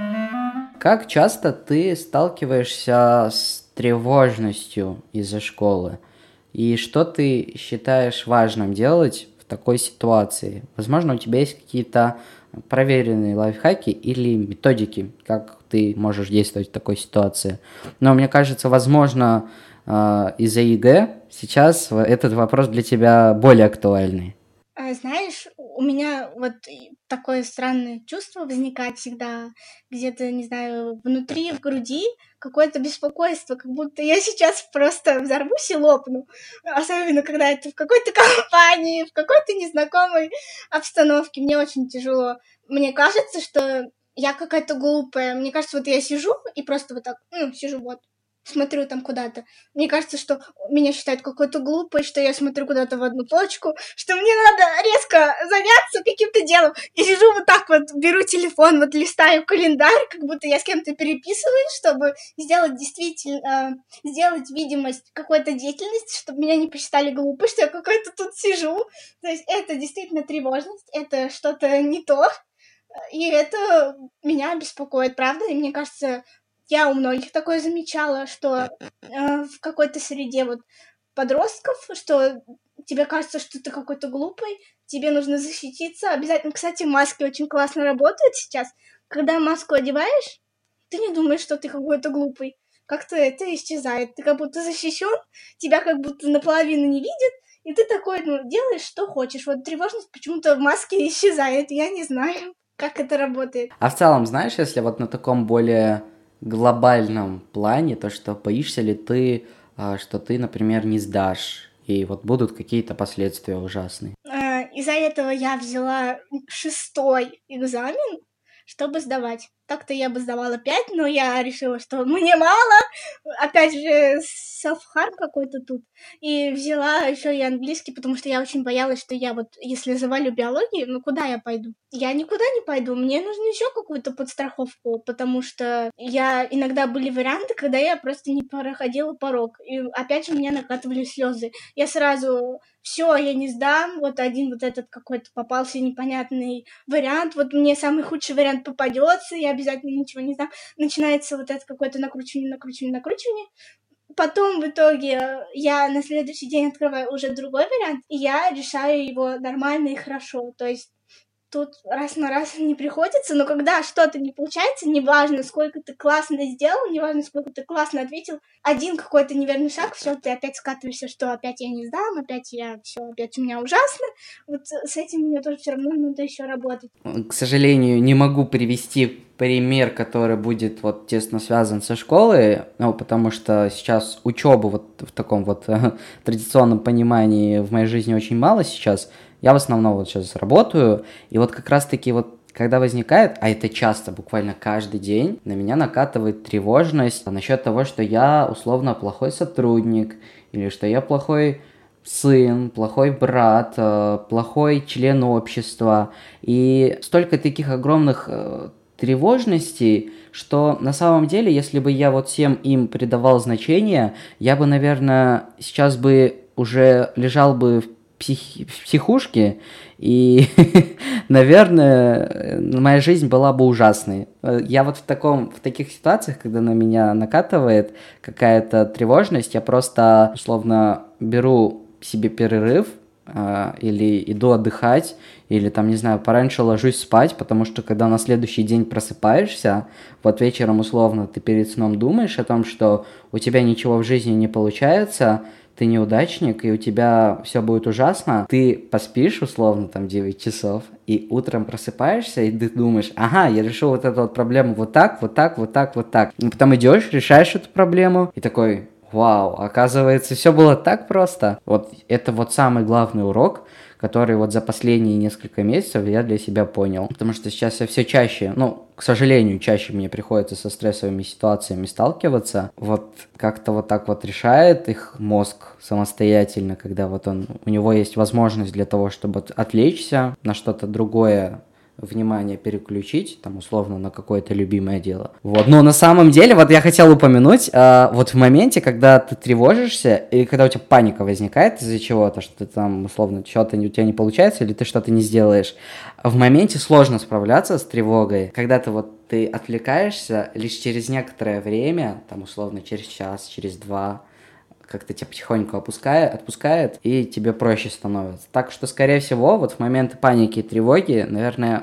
Как часто ты сталкиваешься с тревожностью из-за школы? И что ты считаешь важным делать в такой ситуации? Возможно, у тебя есть какие-то проверенные лайфхаки или методики, как ты можешь действовать в такой ситуации. Но мне кажется, возможно, из-за ЕГЭ сейчас этот вопрос для тебя более актуальный. Знаешь, у меня вот такое странное чувство возникает всегда где-то, не знаю, внутри, в груди, какое-то беспокойство, как будто я сейчас просто взорвусь и лопну. Особенно, когда это в какой-то компании, в какой-то незнакомой обстановке. Мне очень тяжело. Мне кажется, что я какая-то глупая. Мне кажется, вот я сижу и просто вот так, сижу вот, смотрю там куда-то. Мне кажется, что меня считают какой-то глупой, что я смотрю куда-то в одну точку, что мне надо резко заняться каким-то делом. Я сижу вот так вот, беру телефон, вот листаю календарь, как будто я с кем-то переписываюсь, чтобы сделать действительно, сделать видимость какой-то деятельности, чтобы меня не посчитали глупой, что я какой-то тут сижу. То есть это действительно тревожность, это что-то не то, и это меня беспокоит, правда, и мне кажется, я у многих такое замечала, что в какой-то среде вот подростков, что тебе кажется, что ты какой-то глупый, тебе нужно защититься. Обязательно, кстати, маски очень классно работают сейчас. Когда маску одеваешь, ты не думаешь, что ты какой-то глупый. Как-то это исчезает. Ты как будто защищен, тебя как будто наполовину не видят, и ты такой, делаешь, что хочешь. Вот тревожность почему-то в маске исчезает. Я не знаю, как это работает. А в целом, знаешь, если вот на таком более глобальном плане, то что боишься ли ты, что ты, например, не сдашь, и вот будут какие-то последствия ужасные? Из-за этого я взяла 6-й экзамен, чтобы сдавать. Так-то я бы сдавала 5, но я решила, что мне мало. Опять же, self-harm какой-то тут. И взяла еще и английский, потому что я очень боялась, что я вот, если завалю биологию, ну куда я пойду? Я никуда не пойду, мне нужно еще какую-то подстраховку, потому что иногда были варианты, когда я просто не проходила порог. И опять же меня накатывали слезы. Я сразу все, я не сдам, вот один вот этот какой-то попался непонятный вариант, вот мне самый худший вариант попадется, я обязательно ничего не сдам. Начинается вот это какое-то накручивание. Потом в итоге я на следующий день открываю уже другой вариант, и я решаю его нормально и хорошо. То есть тут раз на раз не приходится, но когда что-то не получается, неважно, сколько ты классно сделал, неважно, сколько ты классно ответил, один какой-то неверный шаг, все, ты опять скатываешься, что опять я не сдам, опять у меня ужасно. Вот с этим мне тоже все равно надо еще работать. К сожалению, не могу привести пример, который будет вот тесно связан со школой, ну, потому что сейчас учебы вот в таком вот традиционном понимании в моей жизни очень мало сейчас. Я в основном вот сейчас работаю, и вот как раз-таки вот когда возникает, а это часто, буквально каждый день, на меня накатывает тревожность насчет того, что я условно плохой сотрудник, или что я плохой сын, плохой брат, плохой член общества. И столько таких огромных тревожностей, что на самом деле, если бы я вот всем им придавал значение, я бы, наверное, сейчас бы уже лежал бы в психушке, и, наверное, моя жизнь была бы ужасной. Я вот в таких ситуациях, когда на меня накатывает какая-то тревожность, я просто, условно, беру себе перерыв, или иду отдыхать, или там, не знаю, пораньше ложусь спать, потому что когда на следующий день просыпаешься, вот вечером условно ты перед сном думаешь о том, что у тебя ничего в жизни не получается, ты неудачник, и у тебя все будет ужасно, ты поспишь условно там 9 часов, и утром просыпаешься, и ты думаешь, ага, я решил вот эту вот проблему вот так. И потом идешь, решаешь эту проблему, и такой... Вау, оказывается, все было так просто. Вот это вот самый главный урок, который вот за последние несколько месяцев я для себя понял. Потому что сейчас я все чаще, к сожалению, чаще мне приходится со стрессовыми ситуациями сталкиваться. Вот как-то вот так вот решает их мозг самостоятельно, когда вот у него есть возможность для того, чтобы отвлечься на что-то другое, внимание переключить, там, условно, на какое-то любимое дело. Вот. Но на самом деле, вот я хотел упомянуть, вот в моменте, когда ты тревожишься, и когда у тебя паника возникает из-за чего-то, что ты там, условно, что-то у тебя не получается, или ты что-то не сделаешь, в моменте сложно справляться с тревогой. Когда ты отвлекаешься, лишь через некоторое время, там, условно, через час, через два, как-то тебя потихоньку отпускает, и тебе проще становится. Так что, скорее всего, вот в моменты паники и тревоги, наверное,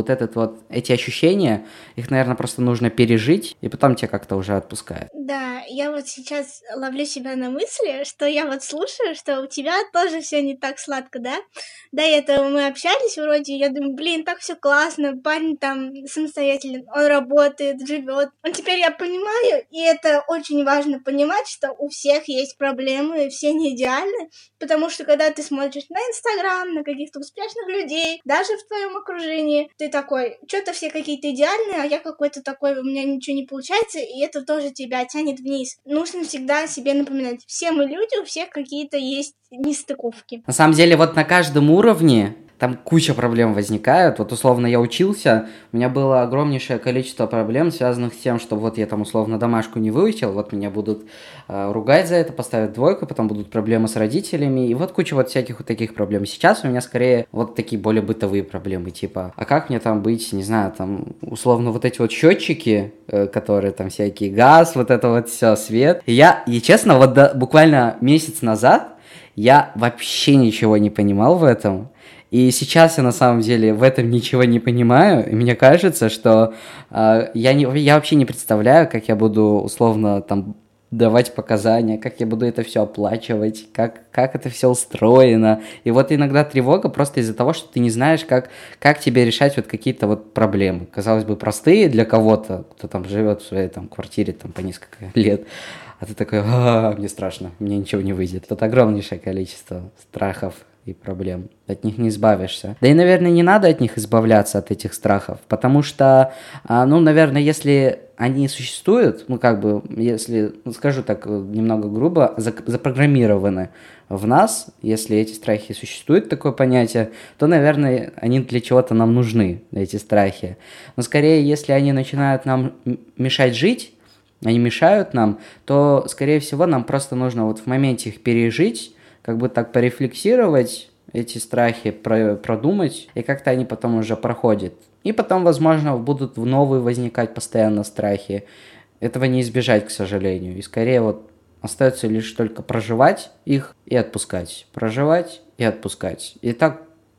эти ощущения, их, наверное, просто нужно пережить, и потом тебя как-то уже отпускает. Да, я вот сейчас ловлю себя на мысли, что я вот слушаю, что у тебя тоже все не так сладко, да? До этого мы общались вроде, я думаю, так все классно, парень там самостоятельный, он работает, живет. Но теперь я понимаю, и это очень важно понимать, что у всех есть проблемы, все не идеальны, потому что когда ты смотришь на Инстаграм, на каких-то успешных людей, даже в твоем окружении, ты такой, что-то все какие-то идеальные, а я какой-то такой, у меня ничего не получается, и это тоже тебя тянет вниз. Нужно всегда себе напоминать, все мы люди, у всех какие-то есть нестыковки. На самом деле, вот на каждом уровне там куча проблем возникают. Вот условно я учился, у меня было огромнейшее количество проблем, связанных с тем, что вот я там условно домашку не выучил, вот меня будут ругать за это, поставят двойку, потом будут проблемы с родителями, и вот куча вот всяких вот таких проблем. Сейчас у меня скорее вот такие более бытовые проблемы, типа, а как мне там быть, не знаю, там условно вот эти вот счетчики, которые там всякие, газ, вот это вот все, свет. И честно, вот буквально месяц назад я вообще ничего не понимал в этом. И сейчас я на самом деле в этом ничего не понимаю, и мне кажется, что я вообще не представляю, как я буду условно там давать показания, как я буду это все оплачивать, как это все устроено. И вот иногда тревога просто из-за того, что ты не знаешь, как тебе решать вот какие-то вот проблемы. Казалось бы, простые для кого-то, кто там живет в своей там квартире там по несколько лет. А ты такой, мне страшно, мне ничего не выйдет. Тут огромнейшее количество страхов и проблем. От них не избавишься. Да и, наверное, не надо от них избавляться, от этих страхов, потому что, наверное, если они существуют, если, скажу так немного грубо, запрограммированы в нас, если эти страхи существуют, такое понятие, то, наверное, они для чего-то нам нужны, эти страхи. Но скорее, если они начинают нам мешать жить, они мешают нам, то, скорее всего, нам просто нужно в моменте их пережить, так порефлексировать, эти страхи продумать, и как-то они потом уже проходят. И потом, возможно, будут новые возникать постоянно страхи. Этого не избежать, к сожалению. И скорее остается лишь только проживать их и отпускать. Проживать и отпускать. И так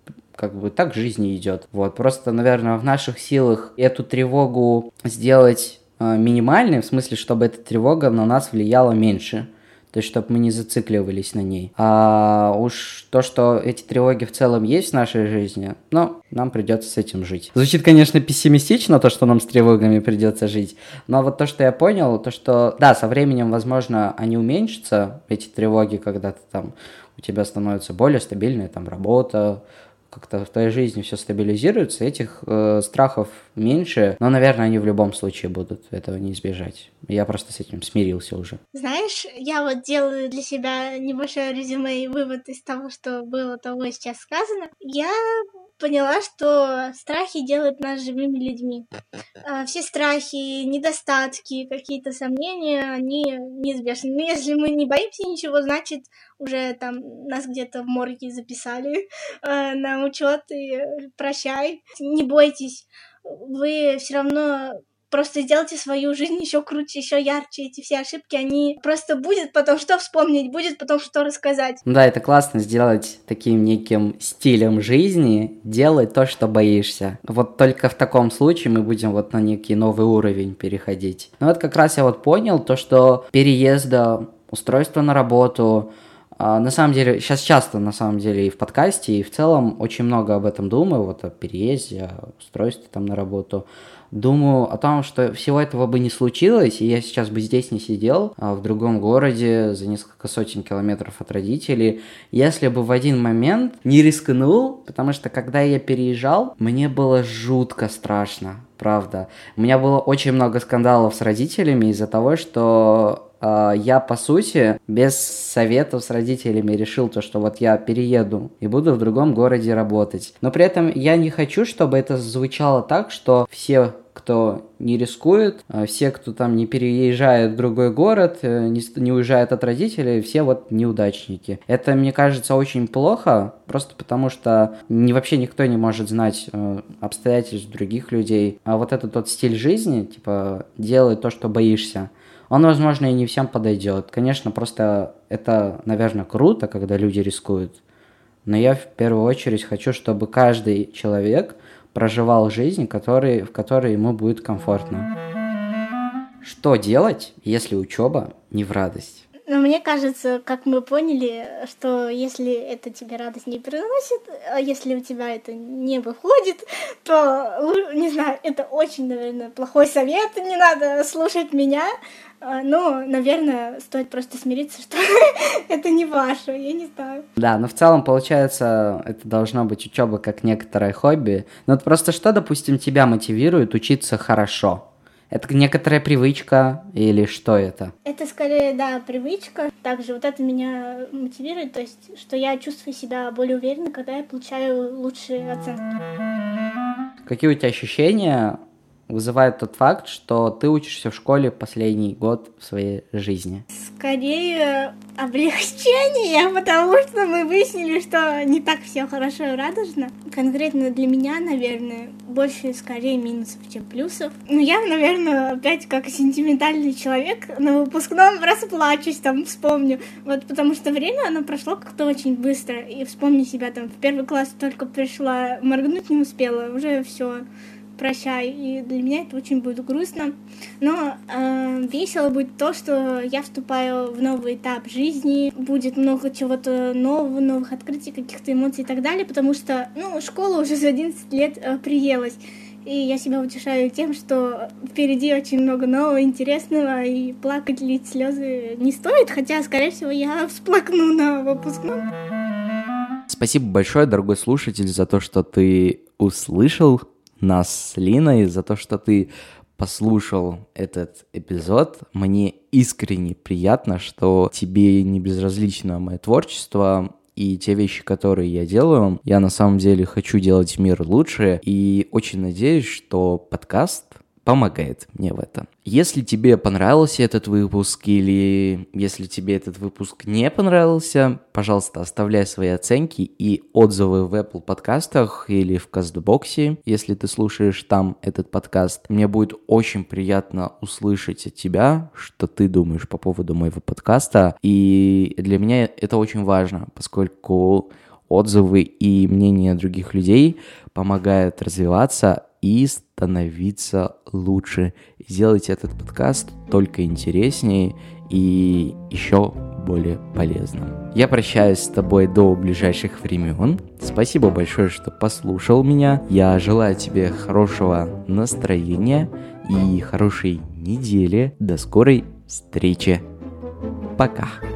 так жизнь и идет. Просто, наверное, в наших силах эту тревогу сделать минимальной, в смысле, чтобы эта тревога на нас влияла меньше. То есть, чтобы мы не зацикливались на ней. А уж то, что эти тревоги в целом есть в нашей жизни, нам придется с этим жить. Звучит, конечно, пессимистично, то, что нам с тревогами придется жить, но то, что я понял, то, что, да, со временем, возможно, они уменьшатся, эти тревоги, когда у тебя становится более стабильная работа, как-то в твоей жизни все стабилизируется, этих страхов меньше, но, наверное, они в любом случае будут, этого не избежать. Я просто с этим смирился уже. Знаешь, я делаю для себя небольшое резюме и вывод из того, что было того сейчас сказано. Я поняла, что страхи делают нас живыми людьми. Все страхи, недостатки, какие-то сомнения, они неизбежны. Но если мы не боимся ничего, значит, уже нас где-то в морге записали на учет и прощай. Не бойтесь, вы все равно просто сделайте свою жизнь еще круче, еще ярче. Эти все ошибки, они просто будет потом что вспомнить, будет потом что рассказать. Да, это классно сделать таким неким стилем жизни, делать то, что боишься. Только в таком случае мы будем на некий новый уровень переходить. Как раз я понял то, что переезда, устройство на работу, на самом деле, сейчас часто, и в подкасте, и в целом очень много об этом думаю, о переезде, о устройстве на работу. Думаю о том, что всего этого бы не случилось, и я сейчас бы здесь не сидел, в другом городе, за несколько сотен километров от родителей, если бы в один момент не рискнул, потому что когда я переезжал, мне было жутко страшно, правда. У меня было очень много скандалов с родителями из-за того, что я, по сути, без советов с родителями решил то, что я перееду и буду в другом городе работать. Но при этом я не хочу, чтобы это звучало так, что все, кто не рискует, все, кто не переезжает в другой город, не уезжает от родителей, все неудачники. Это, мне кажется, очень плохо, просто потому что вообще никто не может знать обстоятельств других людей. А это тот стиль жизни, делай то, что боишься. Он, возможно, и не всем подойдет. Конечно, просто это, наверное, круто, когда люди рискуют. Но я в первую очередь хочу, чтобы каждый человек проживал жизнь, в которой ему будет комфортно. Что делать, если учеба не в радость? Но мне кажется, как мы поняли, что если это тебе радость не приносит, а если у тебя это не выходит, то, не знаю, это очень, наверное, плохой совет, не надо слушать меня. Но, наверное, стоит просто смириться, что это не ваше, я не знаю. Да, но в целом, получается, это должно быть учеба как некоторое хобби. Но просто что, допустим, тебя мотивирует учиться хорошо? Это некоторая привычка или что это? Это скорее, да, привычка. Также это меня мотивирует, то есть, что я чувствую себя более уверенно, когда я получаю лучшие оценки. Какие у тебя ощущения вызывает тот факт, что ты учишься в школе последний год в своей жизни? Скорее облегчение, потому что мы выяснили, что не так все хорошо и радужно. Конкретно для меня, наверное, больше скорее минусов, чем плюсов. Но я, наверное, опять как сентиментальный человек на выпускном расплачусь, вспомню. Потому что время, оно прошло как-то очень быстро. И вспомни себя в первый класс только пришла, моргнуть не успела, уже все. Прощай, и для меня это очень будет грустно, но весело будет то, что я вступаю в новый этап жизни, будет много чего-то нового, новых открытий, каких-то эмоций и так далее, потому что, школа уже за 11 лет приелась, и я себя утешаю тем, что впереди очень много нового, интересного, и плакать, лить слезы не стоит, хотя, скорее всего, я всплакну на выпускном. Спасибо большое, дорогой слушатель, за то, что ты услышал нас с Линой, за то, что ты послушал этот эпизод. Мне искренне приятно, что тебе не безразлично мое творчество и те вещи, которые я делаю. Я на самом деле хочу делать мир лучше и очень надеюсь, что подкаст помогает мне в этом. Если тебе понравился этот выпуск или если тебе этот выпуск не понравился, пожалуйста, оставляй свои оценки и отзывы в Apple подкастах или в Кастбоксе, если ты слушаешь там этот подкаст. Мне будет очень приятно услышать от тебя, что ты думаешь по поводу моего подкаста. И для меня это очень важно, поскольку отзывы и мнения других людей помогают развиваться и становиться лучше. Сделать этот подкаст только интереснее и еще более полезным. Я прощаюсь с тобой до ближайших времен. Спасибо большое, что послушал меня. Я желаю тебе хорошего настроения и хорошей недели. До скорой встречи. Пока.